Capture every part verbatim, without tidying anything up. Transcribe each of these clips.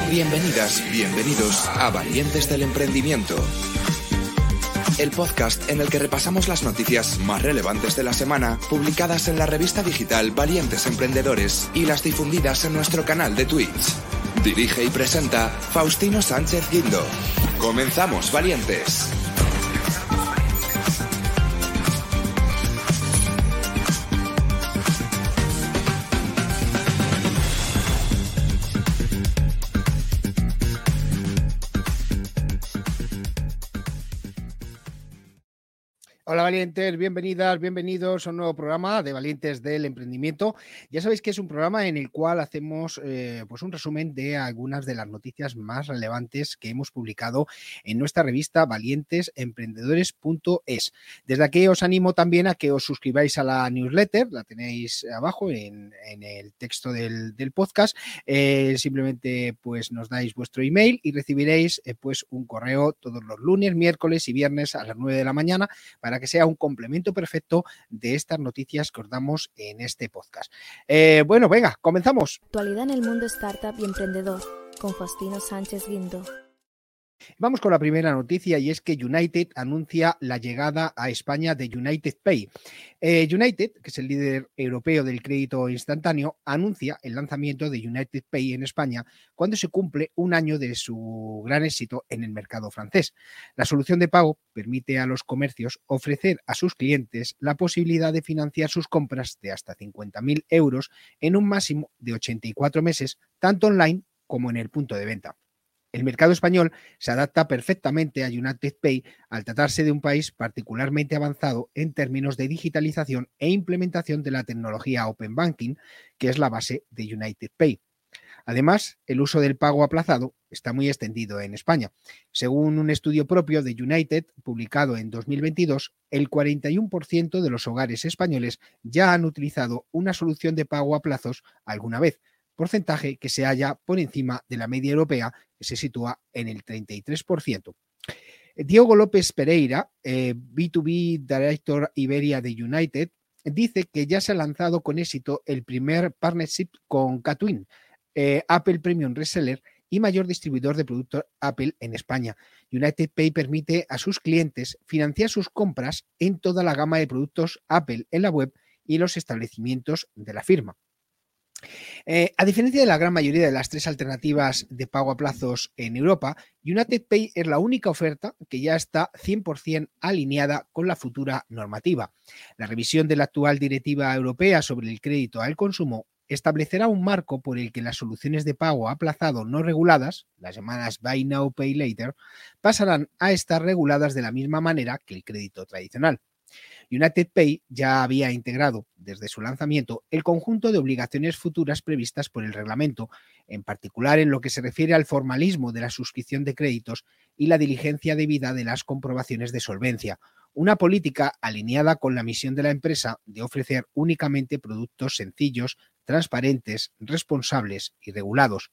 Bienvenidas, bienvenidos a Valientes del Emprendimiento, el podcast en el que repasamos las noticias más relevantes de la semana, publicadas en la revista digital Valientes Emprendedores y las difundidas en nuestro canal de Twitch. Dirige y presenta Faustino Sánchez Guindo. ¡Comenzamos, valientes! Hola valientes, bienvenidas, bienvenidos a un nuevo programa de Valientes del Emprendimiento. Ya sabéis que es un programa en el cual hacemos eh, pues un resumen de algunas de las noticias más relevantes que hemos publicado en nuestra revista valientes emprendedores punto es. Desde aquí os animo también a que os suscribáis a la newsletter, la tenéis abajo en, en el texto del, del podcast. Eh, simplemente pues nos dais vuestro email y recibiréis eh, pues un correo todos los lunes, miércoles y viernes a las nueve de la mañana para que sea un complemento perfecto de estas noticias que os damos en este podcast. Eh, bueno, venga, comenzamos. Actualidad en el mundo startup y emprendedor, con Faustino Sánchez Guindo. Vamos con la primera noticia y es que United anuncia la llegada a España de United Pay. Eh, United, que es el líder europeo del crédito instantáneo, anuncia el lanzamiento de United Pay en España cuando se cumple un año de su gran éxito en el mercado francés. La solución de pago permite a los comercios ofrecer a sus clientes la posibilidad de financiar sus compras de hasta cincuenta mil euros en un máximo de ochenta y cuatro meses, tanto online como en el punto de venta. El mercado español se adapta perfectamente a United Pay al tratarse de un país particularmente avanzado en términos de digitalización e implementación de la tecnología Open Banking, que es la base de United Pay. Además, el uso del pago aplazado está muy extendido en España. Según un estudio propio de United, publicado en dos mil veintidós, el cuarenta y uno por ciento de los hogares españoles ya han utilizado una solución de pago a plazos alguna vez, porcentaje que se halla por encima de la media europea, que se sitúa en el treinta y tres por ciento. Diego López Pereira, eh, B dos B Director Iberia de United, dice que ya se ha lanzado con éxito el primer partnership con Catwin, eh, Apple Premium Reseller y mayor distribuidor de productos Apple en España. United Pay permite a sus clientes financiar sus compras en toda la gama de productos Apple en la web y los establecimientos de la firma. Eh, a diferencia de la gran mayoría de las tres alternativas de pago a plazos en Europa, United Pay es la única oferta que ya está cien por ciento alineada con la futura normativa. La revisión de la actual Directiva Europea sobre el crédito al consumo establecerá un marco por el que las soluciones de pago aplazado no reguladas, las llamadas Buy Now, Pay Later, pasarán a estar reguladas de la misma manera que el crédito tradicional. United Pay ya había integrado desde su lanzamiento el conjunto de obligaciones futuras previstas por el reglamento, en particular en lo que se refiere al formalismo de la suscripción de créditos y la diligencia debida de las comprobaciones de solvencia, una política alineada con la misión de la empresa de ofrecer únicamente productos sencillos, transparentes, responsables y regulados.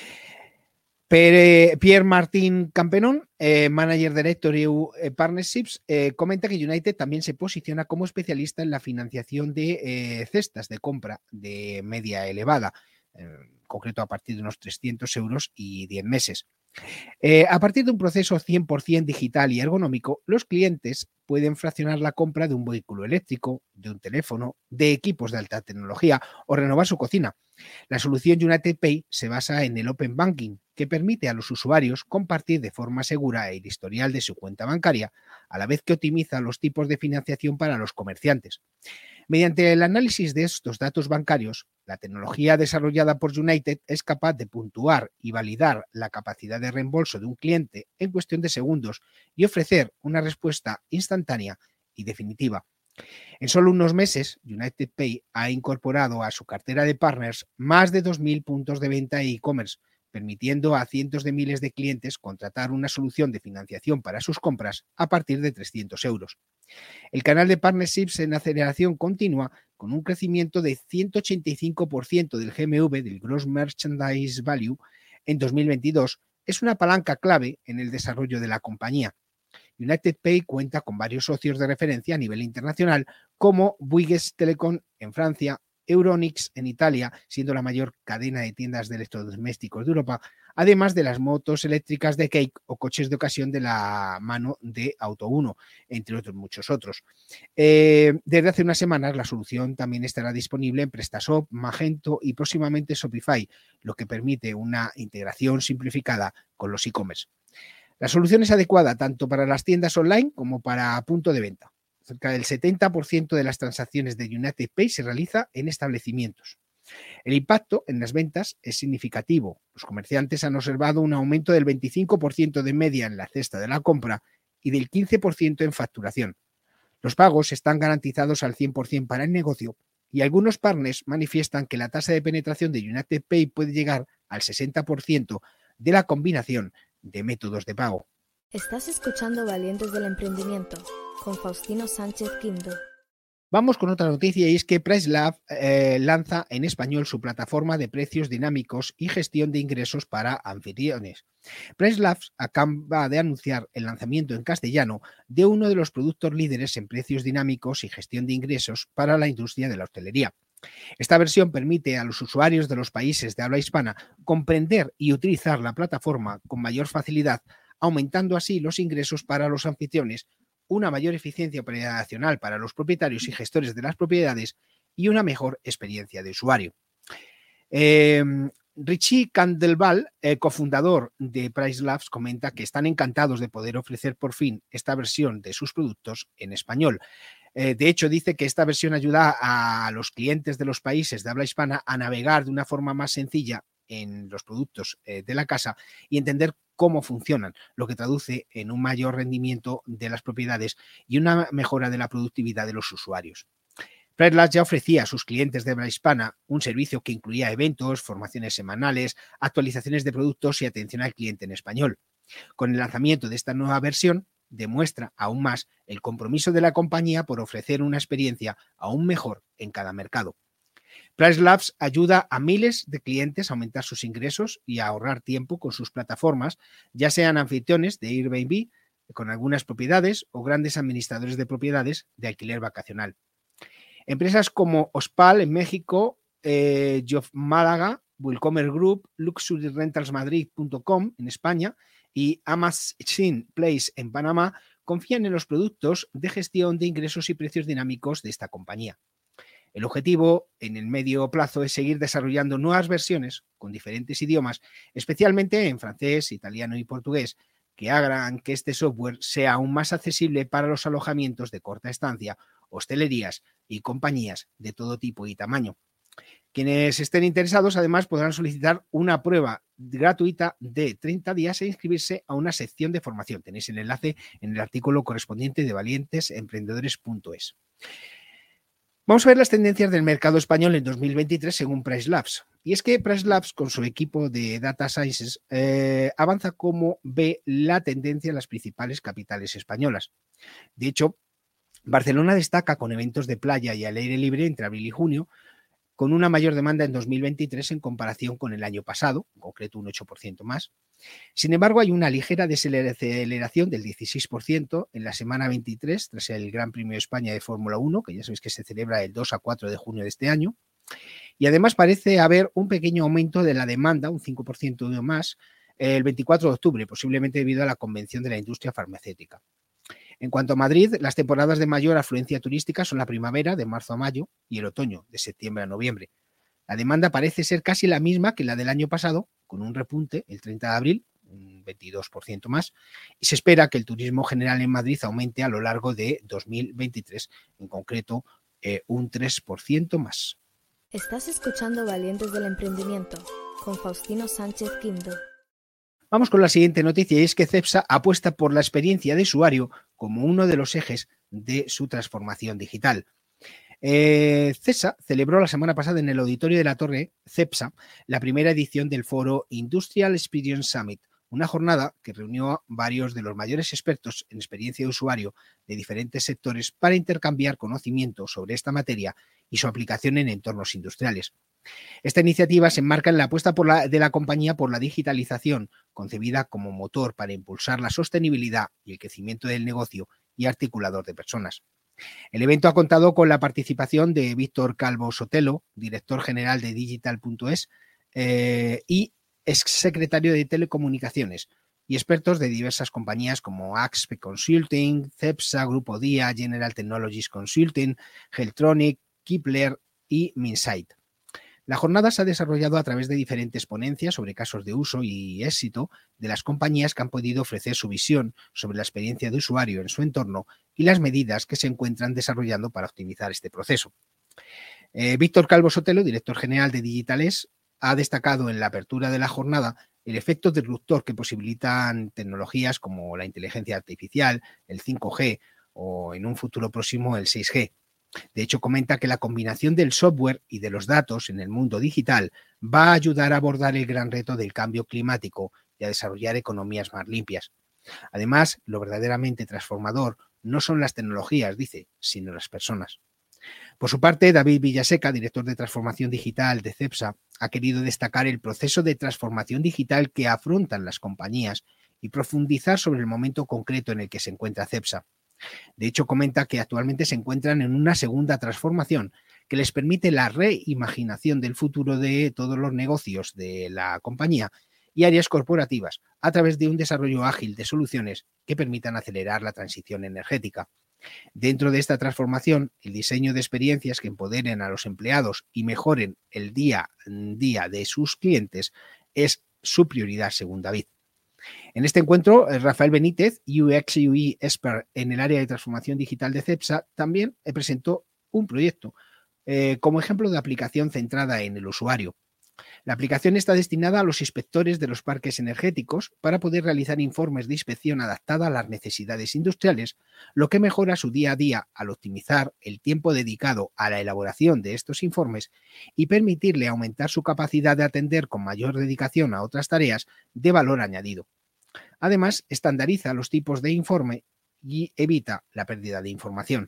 Pierre-Martin Campenon, eh, Manager Director E U Partnerships, eh, comenta que United también se posiciona como especialista en la financiación de eh, cestas de compra de media elevada, en concreto a partir de unos trescientos euros y diez meses. Eh, a partir de un proceso cien por ciento digital y ergonómico, los clientes pueden fraccionar la compra de un vehículo eléctrico, de un teléfono, de equipos de alta tecnología o renovar su cocina. La solución United Pay se basa en el Open Banking, que permite a los usuarios compartir de forma segura el historial de su cuenta bancaria, a la vez que optimiza los tipos de financiación para los comerciantes. Mediante el análisis de estos datos bancarios, la tecnología desarrollada por United es capaz de puntuar y validar la capacidad de reembolso de un cliente en cuestión de segundos y ofrecer una respuesta instantánea y definitiva. En solo unos meses, United Pay ha incorporado a su cartera de partners más de dos mil puntos de venta e e-commerce, permitiendo a cientos de miles de clientes contratar una solución de financiación para sus compras a partir de trescientos euros. El canal de partnerships en aceleración continua, con un crecimiento de ciento ochenta y cinco por ciento del G M V, del Gross Merchandise Value, en dos mil veintidós, es una palanca clave en el desarrollo de la compañía. United Pay cuenta con varios socios de referencia a nivel internacional, como Bouygues Telecom en Francia, Euronics en Italia, siendo la mayor cadena de tiendas de electrodomésticos de Europa, además de las motos eléctricas de Cake o coches de ocasión de la mano de Auto uno, entre otros muchos otros. Eh, desde hace unas semanas la solución también estará disponible en PrestaShop, Magento y próximamente Shopify, lo que permite una integración simplificada con los e-commerce. La solución es adecuada tanto para las tiendas online como para punto de venta. Cerca del setenta por ciento de las transacciones de United Pay se realiza en establecimientos. El impacto en las ventas es significativo. Los comerciantes han observado un aumento del veinticinco por ciento de media en la cesta de la compra y del quince por ciento en facturación. Los pagos están garantizados al cien por ciento para el negocio y algunos partners manifiestan que la tasa de penetración de United Pay puede llegar al sesenta por ciento de la combinación de métodos de pago. Estás escuchando Valientes del Emprendimiento con Faustino Sánchez Quinto. Vamos con otra noticia y es que PriceLab eh, lanza en español su plataforma de precios dinámicos y gestión de ingresos para anfitriones. PriceLab acaba de anunciar el lanzamiento en castellano de uno de los productos líderes en precios dinámicos y gestión de ingresos para la industria de la hostelería. Esta versión permite a los usuarios de los países de habla hispana comprender y utilizar la plataforma con mayor facilidad, aumentando así los ingresos para los anfitriones, una mayor eficiencia operacional para los propietarios y gestores de las propiedades y una mejor experiencia de usuario. Eh, Richie Candelval, eh, cofundador de PriceLab, comenta que están encantados de poder ofrecer por fin esta versión de sus productos en español. Eh, de hecho, dice que esta versión ayuda a los clientes de los países de habla hispana a navegar de una forma más sencilla en los productos eh, de la casa y entender cómo funcionan, lo que traduce en un mayor rendimiento de las propiedades y una mejora de la productividad de los usuarios. PriceLab ya ofrecía a sus clientes de habla hispana un servicio que incluía eventos, formaciones semanales, actualizaciones de productos y atención al cliente en español. Con el lanzamiento de esta nueva versión, demuestra aún más el compromiso de la compañía por ofrecer una experiencia aún mejor en cada mercado. PriceLab ayuda a miles de clientes a aumentar sus ingresos y a ahorrar tiempo con sus plataformas, ya sean anfitriones de Airbnb con algunas propiedades o grandes administradores de propiedades de alquiler vacacional. Empresas como Ospal en México, eh, Job Málaga, Willcomer Group, Luxury Rentals Madrid punto com en España y Amazon Place en Panamá confían en los productos de gestión de ingresos y precios dinámicos de esta compañía. El objetivo en el medio plazo es seguir desarrollando nuevas versiones con diferentes idiomas, especialmente en francés, italiano y portugués, que hagan que este software sea aún más accesible para los alojamientos de corta estancia, hostelerías y compañías de todo tipo y tamaño. Quienes estén interesados, además, podrán solicitar una prueba gratuita de treinta días e inscribirse a una sección de formación. Tenéis el enlace en el artículo correspondiente de valientes emprendedores punto es. Vamos a ver las tendencias del mercado español en dos mil veintitrés según PriceLab. Y es que PriceLab, con su equipo de Data Sciences, eh, avanza como ve la tendencia en las principales capitales españolas. De hecho, Barcelona destaca con eventos de playa y al aire libre entre abril y junio, con una mayor demanda en dos mil veintitrés en comparación con el año pasado, en concreto un ocho por ciento más. Sin embargo, hay una ligera desaceleración del dieciséis por ciento en la semana veintitrés, tras el Gran Premio de España de Fórmula uno, que ya sabéis que se celebra del dos a cuatro de junio de este año. Y además parece haber un pequeño aumento de la demanda, un cinco por ciento más, el veinticuatro de octubre, posiblemente debido a la convención de la industria farmacéutica. En cuanto a Madrid, las temporadas de mayor afluencia turística son la primavera, de marzo a mayo, y el otoño, de septiembre a noviembre. La demanda parece ser casi la misma que la del año pasado, con un repunte el treinta de abril, un veintidós por ciento más, y se espera que el turismo general en Madrid aumente a lo largo de dos mil veintitrés, en concreto eh, un tres por ciento más. Estás escuchando Valientes del Emprendimiento con Faustino Sánchez Quinto. Vamos con la siguiente noticia y es que Cepsa apuesta por la experiencia de usuario como uno de los ejes de su transformación digital. Eh, Cepsa celebró la semana pasada en el auditorio de la Torre Cepsa la primera edición del foro Industrial Experience Summit, una jornada que reunió a varios de los mayores expertos en experiencia de usuario de diferentes sectores para intercambiar conocimiento sobre esta materia y su aplicación en entornos industriales. Esta iniciativa se enmarca en la apuesta por la, de la compañía por la digitalización, concebida como motor para impulsar la sostenibilidad y el crecimiento del negocio y articulador de personas. El evento ha contado con la participación de Víctor Calvo Sotelo, director general de Digital punto es eh, y exsecretario de Telecomunicaciones, y expertos de diversas compañías como Axpe Consulting, Cepsa, Grupo Dia, General Technologies Consulting, Geltronic, Kepler y Minsight. La jornada se ha desarrollado a través de diferentes ponencias sobre casos de uso y éxito de las compañías que han podido ofrecer su visión sobre la experiencia de usuario en su entorno y las medidas que se encuentran desarrollando para optimizar este proceso. Eh, Víctor Calvo Sotelo, director general de Digitales, ha destacado en la apertura de la jornada el efecto disruptor que posibilitan tecnologías como la inteligencia artificial, el cinco G o en un futuro próximo el seis G. De hecho, comenta que la combinación del software y de los datos en el mundo digital va a ayudar a abordar el gran reto del cambio climático y a desarrollar economías más limpias. Además, lo verdaderamente transformador no son las tecnologías, dice, sino las personas. Por su parte, David Villaseca, director de transformación digital de Cepsa, ha querido destacar el proceso de transformación digital que afrontan las compañías y profundizar sobre el momento concreto en el que se encuentra Cepsa. De hecho, comenta que actualmente se encuentran en una segunda transformación que les permite la reimaginación del futuro de todos los negocios de la compañía y áreas corporativas a través de un desarrollo ágil de soluciones que permitan acelerar la transición energética. Dentro de esta transformación, el diseño de experiencias que empoderen a los empleados y mejoren el día a día de sus clientes es su prioridad, según David. En este encuentro, Rafael Benítez, U X U I Expert en el área de transformación digital de Cepsa, también presentó un proyecto eh, como ejemplo de aplicación centrada en el usuario. La aplicación está destinada a los inspectores de los parques energéticos para poder realizar informes de inspección adaptada a las necesidades industriales, lo que mejora su día a día al optimizar el tiempo dedicado a la elaboración de estos informes y permitirle aumentar su capacidad de atender con mayor dedicación a otras tareas de valor añadido. Además, estandariza los tipos de informe y evita la pérdida de información.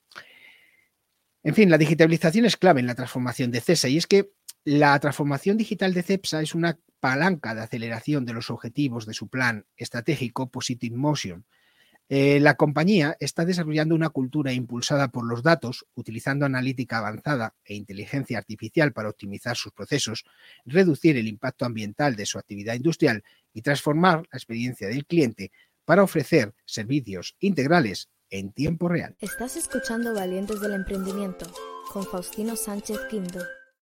En fin, la digitalización es clave en la transformación de Cepsa y es que la transformación digital de Cepsa es una palanca de aceleración de los objetivos de su plan estratégico Positive Motion. Eh, la compañía está desarrollando una cultura impulsada por los datos, utilizando analítica avanzada e inteligencia artificial para optimizar sus procesos, reducir el impacto ambiental de su actividad industrial y transformar la experiencia del cliente para ofrecer servicios integrales en tiempo real. Estás escuchando Valientes del Emprendimiento con Faustino Sánchez Quinto.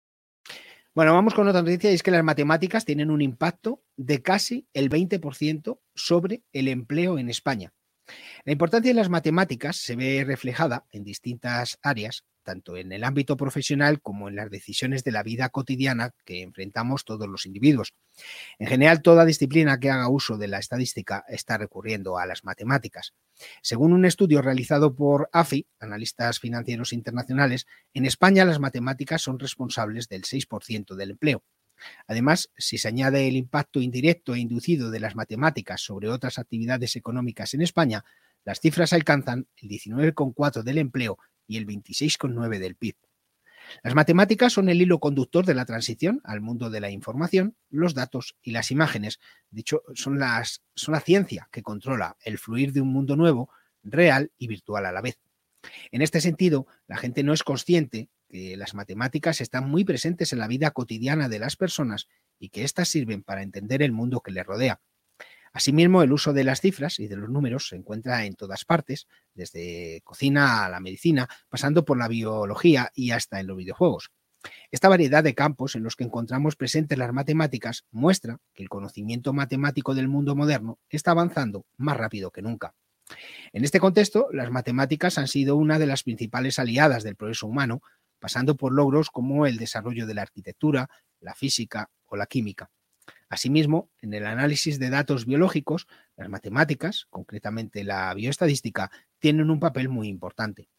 Bueno, vamos con otra noticia y es que las matemáticas tienen un impacto de casi el veinte por ciento sobre el empleo en España. La importancia de las matemáticas se ve reflejada en distintas áreas, tanto en el ámbito profesional como en las decisiones de la vida cotidiana que enfrentamos todos los individuos. En general, toda disciplina que haga uso de la estadística está recurriendo a las matemáticas. Según un estudio realizado por A F I, analistas financieros internacionales, en España las matemáticas son responsables del seis por ciento del empleo. Además, si se añade el impacto indirecto e inducido de las matemáticas sobre otras actividades económicas en España, las cifras alcanzan el diecinueve coma cuatro por ciento del empleo y el veintiséis coma nueve por ciento del P I B. Las matemáticas son el hilo conductor de la transición al mundo de la información, los datos y las imágenes. De hecho, son, las, son la ciencia que controla el fluir de un mundo nuevo, real y virtual a la vez. En este sentido, la gente no es consciente que las matemáticas están muy presentes en la vida cotidiana de las personas y que éstas sirven para entender el mundo que les rodea. Asimismo, el uso de las cifras y de los números se encuentra en todas partes, desde cocina a la medicina, pasando por la biología y hasta en los videojuegos. Esta variedad de campos en los que encontramos presentes las matemáticas muestra que el conocimiento matemático del mundo moderno está avanzando más rápido que nunca. En este contexto, las matemáticas han sido una de las principales aliadas del progreso humano, pasando por logros como el desarrollo de la arquitectura, la física o la química. Asimismo, en el análisis de datos biológicos, las matemáticas, concretamente la bioestadística, tienen un papel muy importante.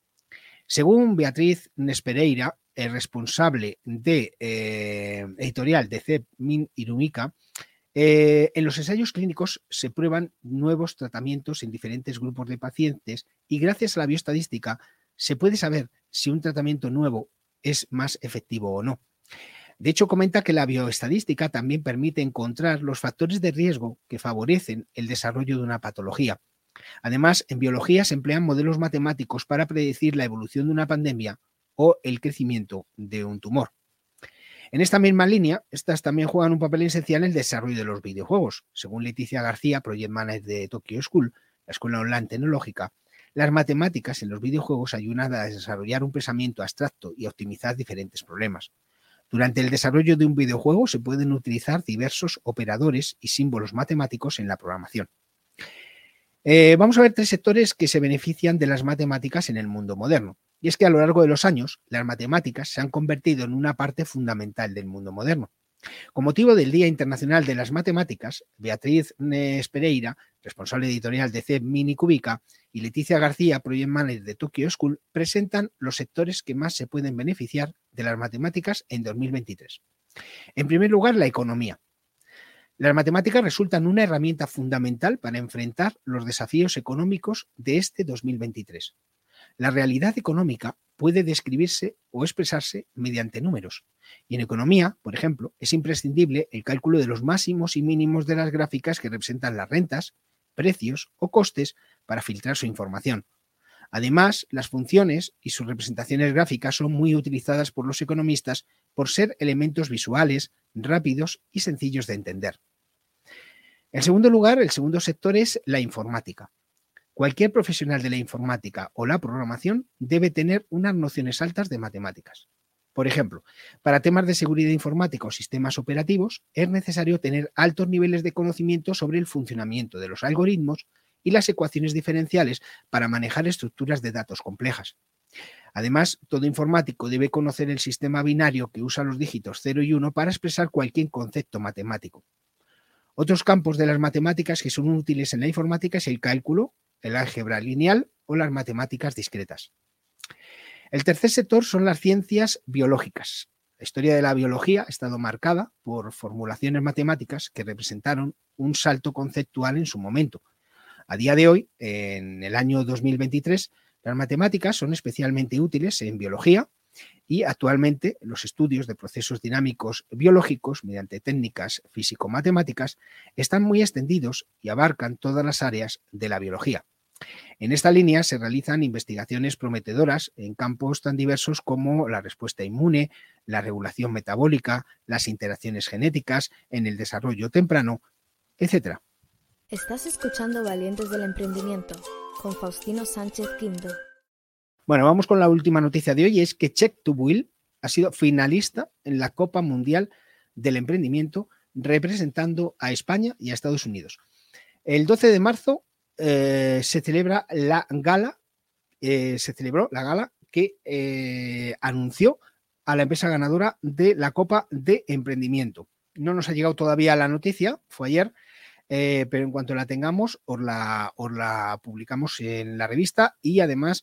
Según Beatriz Nespereira, el responsable de eh, editorial de C E P Min Irumica, eh, en los ensayos clínicos se prueban nuevos tratamientos en diferentes grupos de pacientes y gracias a la bioestadística se puede saber si un tratamiento nuevo es más efectivo o no. De hecho, comenta que la bioestadística también permite encontrar los factores de riesgo que favorecen el desarrollo de una patología. Además, en biología se emplean modelos matemáticos para predecir la evolución de una pandemia o el crecimiento de un tumor. En esta misma línea, estas también juegan un papel esencial en el desarrollo de los videojuegos. Según Leticia García, Project Manager de Tokyo School, la escuela online tecnológica, las matemáticas en los videojuegos ayudan a desarrollar un pensamiento abstracto y a optimizar diferentes problemas. Durante el desarrollo de un videojuego se pueden utilizar diversos operadores y símbolos matemáticos en la programación. Eh, vamos a ver tres sectores que se benefician de las matemáticas en el mundo moderno. Y es que a lo largo de los años, las matemáticas se han convertido en una parte fundamental del mundo moderno. Con motivo del Día Internacional de las Matemáticas, Beatriz Nes Pereira, responsable editorial de C E P Mini Cubica, y Leticia García, Project Manager de Tokyo School, presentan los sectores que más se pueden beneficiar de las matemáticas en dos mil veintitrés. En primer lugar, la economía. Las matemáticas resultan una herramienta fundamental para enfrentar los desafíos económicos de este dos mil veintitrés. La realidad económica puede describirse o expresarse mediante números. Y en economía, por ejemplo, es imprescindible el cálculo de los máximos y mínimos de las gráficas que representan las rentas, precios o costes para filtrar su información. Además, las funciones y sus representaciones gráficas son muy utilizadas por los economistas por ser elementos visuales, rápidos y sencillos de entender. En segundo lugar, el segundo sector es la informática. Cualquier profesional de la informática o la programación debe tener unas nociones altas de matemáticas. Por ejemplo, para temas de seguridad informática o sistemas operativos, es necesario tener altos niveles de conocimiento sobre el funcionamiento de los algoritmos y las ecuaciones diferenciales para manejar estructuras de datos complejas. Además, todo informático debe conocer el sistema binario que usa los dígitos cero y uno para expresar cualquier concepto matemático. Otros campos de las matemáticas que son útiles en la informática es el cálculo, el álgebra lineal o las matemáticas discretas. El tercer sector son las ciencias biológicas. La historia de la biología ha estado marcada por formulaciones matemáticas que representaron un salto conceptual en su momento. A día de hoy, en el año dos mil veintitrés, las matemáticas son especialmente útiles en biología y actualmente los estudios de procesos dinámicos biológicos mediante técnicas físico-matemáticas están muy extendidos y abarcan todas las áreas de la biología. En esta línea se realizan investigaciones prometedoras en campos tan diversos como la respuesta inmune, la regulación metabólica, las interacciones genéticas, en el desarrollo temprano, etcétera. Estás escuchando Valientes del Emprendimiento con Faustino Sánchez Quinto. Bueno, vamos con la última noticia de hoy, es que Check to Build ha sido finalista en la Copa Mundial del Emprendimiento representando a España y a Estados Unidos. El doce de marzo eh, se celebra la gala, eh, se celebró la gala que eh, anunció a la empresa ganadora de la Copa de Emprendimiento. No nos ha llegado todavía la noticia, fue ayer, eh, pero en cuanto la tengamos os la, os la publicamos en la revista y además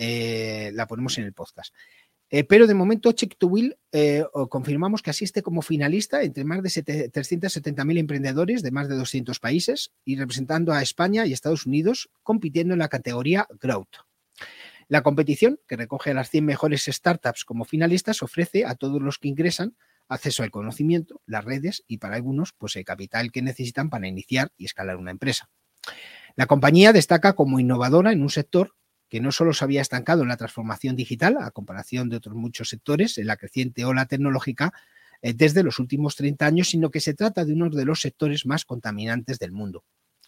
Eh, la ponemos en el podcast. Eh, pero de momento Check to Build eh, confirmamos que asiste como finalista entre más de trescientos setenta mil emprendedores de más de doscientos países y representando a España y Estados Unidos compitiendo en la categoría Growth. La competición, que recoge a las cien mejores startups como finalistas, ofrece a todos los que ingresan acceso al conocimiento, las redes y para algunos pues el capital que necesitan para iniciar y escalar una empresa. La compañía destaca como innovadora en un sector que no solo se había estancado en la transformación digital, a comparación de otros muchos sectores, en la creciente ola tecnológica eh, desde los últimos treinta años, sino que se trata de uno de los sectores más contaminantes del mundo.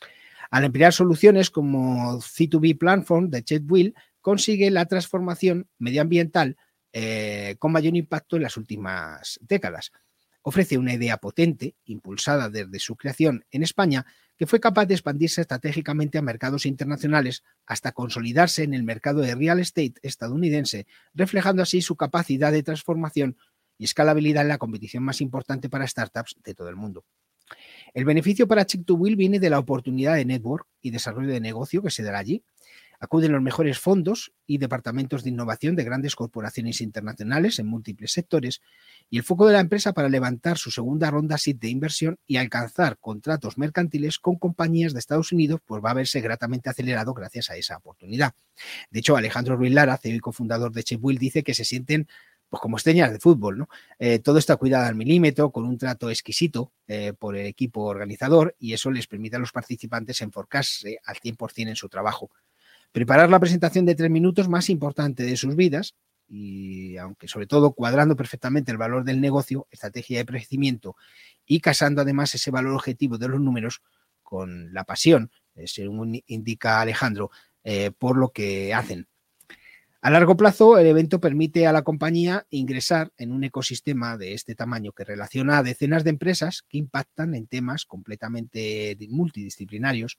Al emplear soluciones como C dos B Platform de Check to Build, consigue la transformación medioambiental eh, con mayor impacto en las últimas décadas. Ofrece una idea potente, impulsada desde su creación en España, que fue capaz de expandirse estratégicamente a mercados internacionales hasta consolidarse en el mercado de real estate estadounidense, reflejando así su capacidad de transformación y escalabilidad en la competición más importante para startups de todo el mundo. El beneficio para Check to Build viene de la oportunidad de network y desarrollo de negocio que se dará allí. Acuden los mejores fondos y departamentos de innovación de grandes corporaciones internacionales en múltiples sectores y el foco de la empresa para levantar su segunda ronda seed de inversión y alcanzar contratos mercantiles con compañías de Estados Unidos pues va a verse gratamente acelerado gracias a esa oportunidad. De hecho, Alejandro Ruiz Lara, C E O y cofundador de Check to Build, dice que se sienten pues como estrellas de fútbol, ¿no? Eh, todo está cuidado al milímetro, con un trato exquisito eh, por el equipo organizador, y eso les permite a los participantes enfocarse al cien por ciento en su trabajo. Preparar la presentación de tres minutos más importante de sus vidas, y aunque sobre todo cuadrando perfectamente el valor del negocio, estrategia de crecimiento y casando además ese valor objetivo de los números con la pasión, eh, según indica Alejandro, eh, por lo que hacen. A largo plazo, el evento permite a la compañía ingresar en un ecosistema de este tamaño que relaciona a decenas de empresas que impactan en temas completamente multidisciplinarios,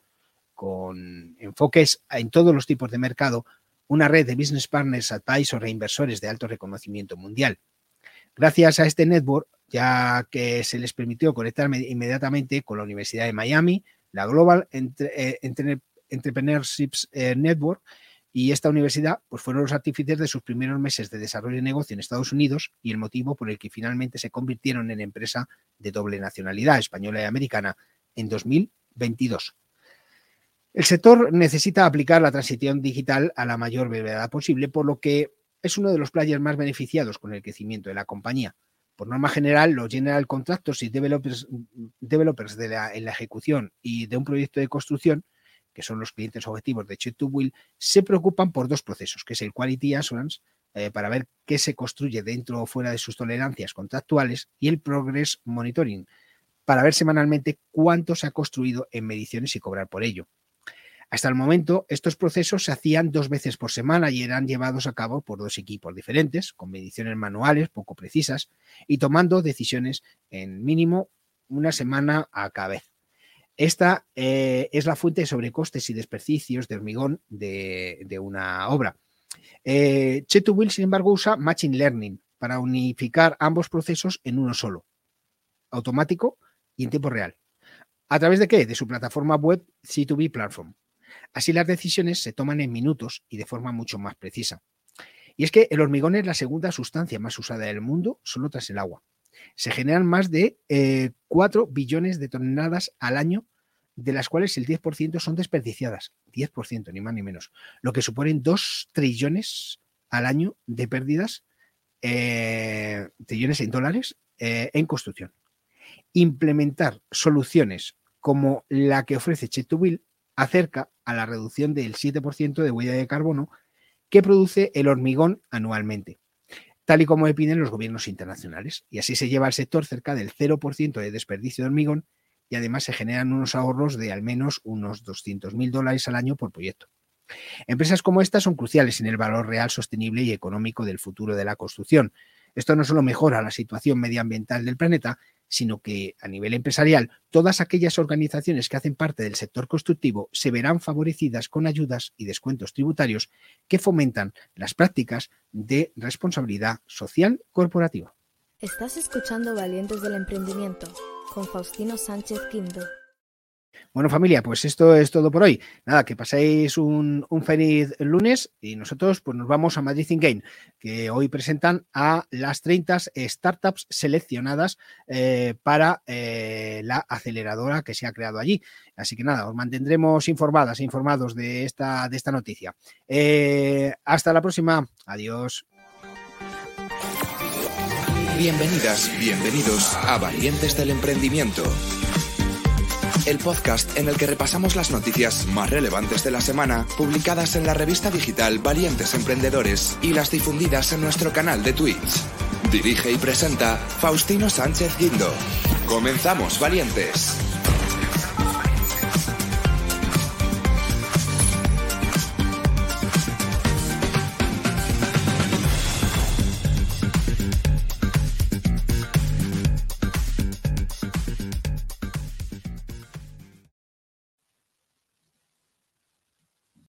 con enfoques en todos los tipos de mercado, una red de business partners, advisors e inversores de alto reconocimiento mundial. Gracias a este network, ya que se les permitió conectar inmediatamente con la Universidad de Miami, la Global Entre- Entre- Entrepreneurship Network, y esta universidad pues fueron los artífices de sus primeros meses de desarrollo de negocio en Estados Unidos y el motivo por el que finalmente se convirtieron en empresa de doble nacionalidad, española y americana, en dos mil veintidós. El sector necesita aplicar la transición digital a la mayor brevedad posible, por lo que es uno de los players más beneficiados con el crecimiento de la compañía. Por norma general, los general contractors y developers, developers de la, en la ejecución y de un proyecto de construcción, que son los clientes objetivos de Chip to Will, se preocupan por dos procesos, que es el Quality Assurance, eh, para ver qué se construye dentro o fuera de sus tolerancias contractuales, y el Progress Monitoring, para ver semanalmente cuánto se ha construido en mediciones y cobrar por ello. Hasta el momento, estos procesos se hacían dos veces por semana y eran llevados a cabo por dos equipos diferentes, con mediciones manuales poco precisas y tomando decisiones en mínimo una semana a cada vez. Esta eh, es la fuente de sobrecostes y desperdicios de hormigón de, de una obra. Eh, Chip to Will, sin embargo, usa Machine Learning para unificar ambos procesos en uno solo, automático y en tiempo real. ¿A través de qué? De su plataforma web C dos B Platform. Así las decisiones se toman en minutos y de forma mucho más precisa. Y es que el hormigón es la segunda sustancia más usada del mundo, solo tras el agua. Se generan más de eh, cuatro billones de toneladas al año, de las cuales el diez por ciento son desperdiciadas. diez por ciento, ni más ni menos. Lo que suponen dos trillones al año de pérdidas, eh, trillones en dólares, eh, en construcción. Implementar soluciones como la que ofrece Chip to Will acerca a la reducción del siete por ciento de huella de carbono que produce el hormigón anualmente, tal y como le piden los gobiernos internacionales. Y así se lleva al sector cerca del cero por ciento de desperdicio de hormigón y además se generan unos ahorros de al menos unos doscientos mil dólares al año por proyecto. Empresas como estas son cruciales en el valor real, sostenible y económico del futuro de la construcción. Esto no solo mejora la situación medioambiental del planeta, sino que a nivel empresarial todas aquellas organizaciones que hacen parte del sector constructivo se verán favorecidas con ayudas y descuentos tributarios que fomentan las prácticas de responsabilidad social corporativa. Estás escuchando Valientes del Emprendimiento con Faustino Sánchez Quinto. Bueno, familia, pues esto es todo por hoy. Nada, que paséis un, un feliz lunes y nosotros pues nos vamos a Madrid Think Gain, que hoy presentan a las treinta startups seleccionadas eh, para eh, la aceleradora que se ha creado allí. Así que nada, os mantendremos informadas e informados de esta, de esta noticia. Eh, hasta la próxima. Adiós. Bienvenidas, bienvenidos a Valientes del Emprendimiento, el podcast en el que repasamos las noticias más relevantes de la semana, publicadas en la revista digital Valientes Emprendedores y las difundidas en nuestro canal de Twitch. Dirige y presenta Faustino Sánchez Guindo. ¡Comenzamos, valientes!